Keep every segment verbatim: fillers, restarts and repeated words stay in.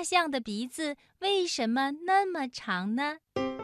象的鼻子为什么那么长呢？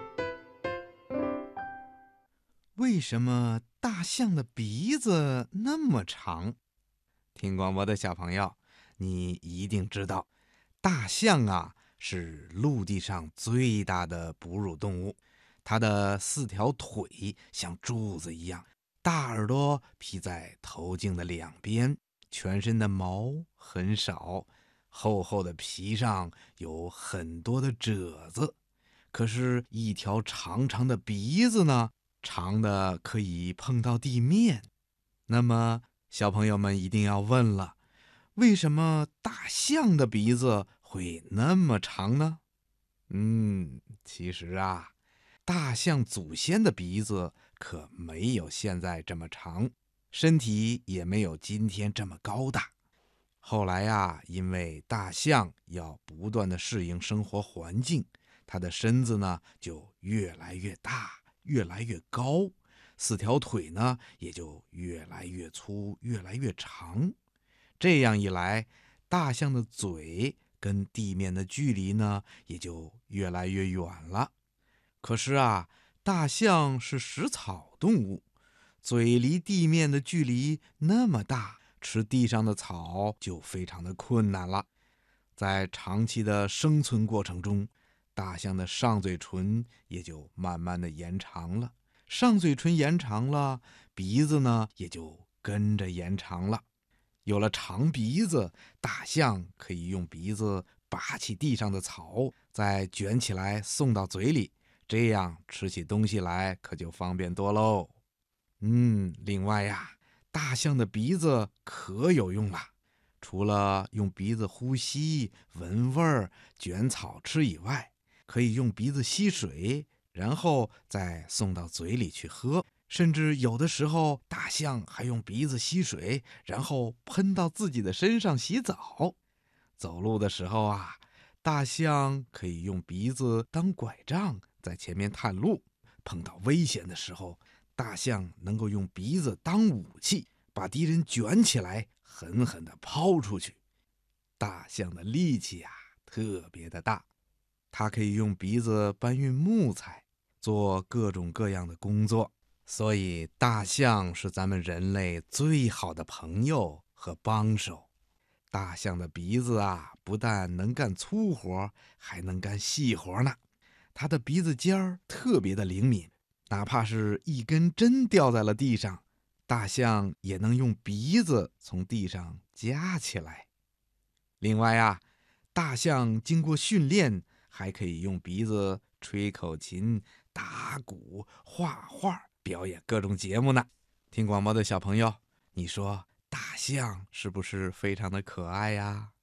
为什么大象的鼻子那么长？听广播的小朋友，你一定知道，大象啊是陆地上最大的哺乳动物，它的四条腿像柱子一样，大耳朵披在头颈的两边，全身的毛很少，厚厚的皮上有很多的褶子。可是，一条长长的鼻子呢，长的可以碰到地面。那么，小朋友们一定要问了，为什么大象的鼻子会那么长呢？嗯，其实啊，大象祖先的鼻子可没有现在这么长，身体也没有今天这么高大。后来呀，因为大象要不断的适应生活环境，它的身子呢就越来越大，越来越高，四条腿呢也就越来越粗，越来越长。这样一来，大象的嘴跟地面的距离呢也就越来越远了。可是啊，大象是食草动物，嘴离地面的距离那么大，吃地上的草就非常的困难了。在长期的生存过程中，大象的上嘴唇也就慢慢的延长了。上嘴唇延长了，鼻子呢也就跟着延长了。有了长鼻子，大象可以用鼻子拔起地上的草，再卷起来送到嘴里，这样吃起东西来可就方便多喽。嗯，另外呀，大象的鼻子可有用了。除了用鼻子呼吸、闻味儿、卷草吃以外，可以用鼻子吸水，然后再送到嘴里去喝。甚至有的时候，大象还用鼻子吸水，然后喷到自己的身上洗澡。走路的时候啊，大象可以用鼻子当拐杖，在前面探路。碰到危险的时候，大象能够用鼻子当武器，把敌人卷起来，狠狠地抛出去。大象的力气啊，特别的大，它可以用鼻子搬运木材，做各种各样的工作。所以，大象是咱们人类最好的朋友和帮手。大象的鼻子啊，不但能干粗活，还能干细活呢。它的鼻子尖儿特别的灵敏，哪怕是一根针掉在了地上，大象也能用鼻子从地上夹起来。另外啊，大象经过训练，还可以用鼻子吹口琴、打鼓、画画，表演各种节目呢。听广播的小朋友，你说大象是不是非常的可爱呀？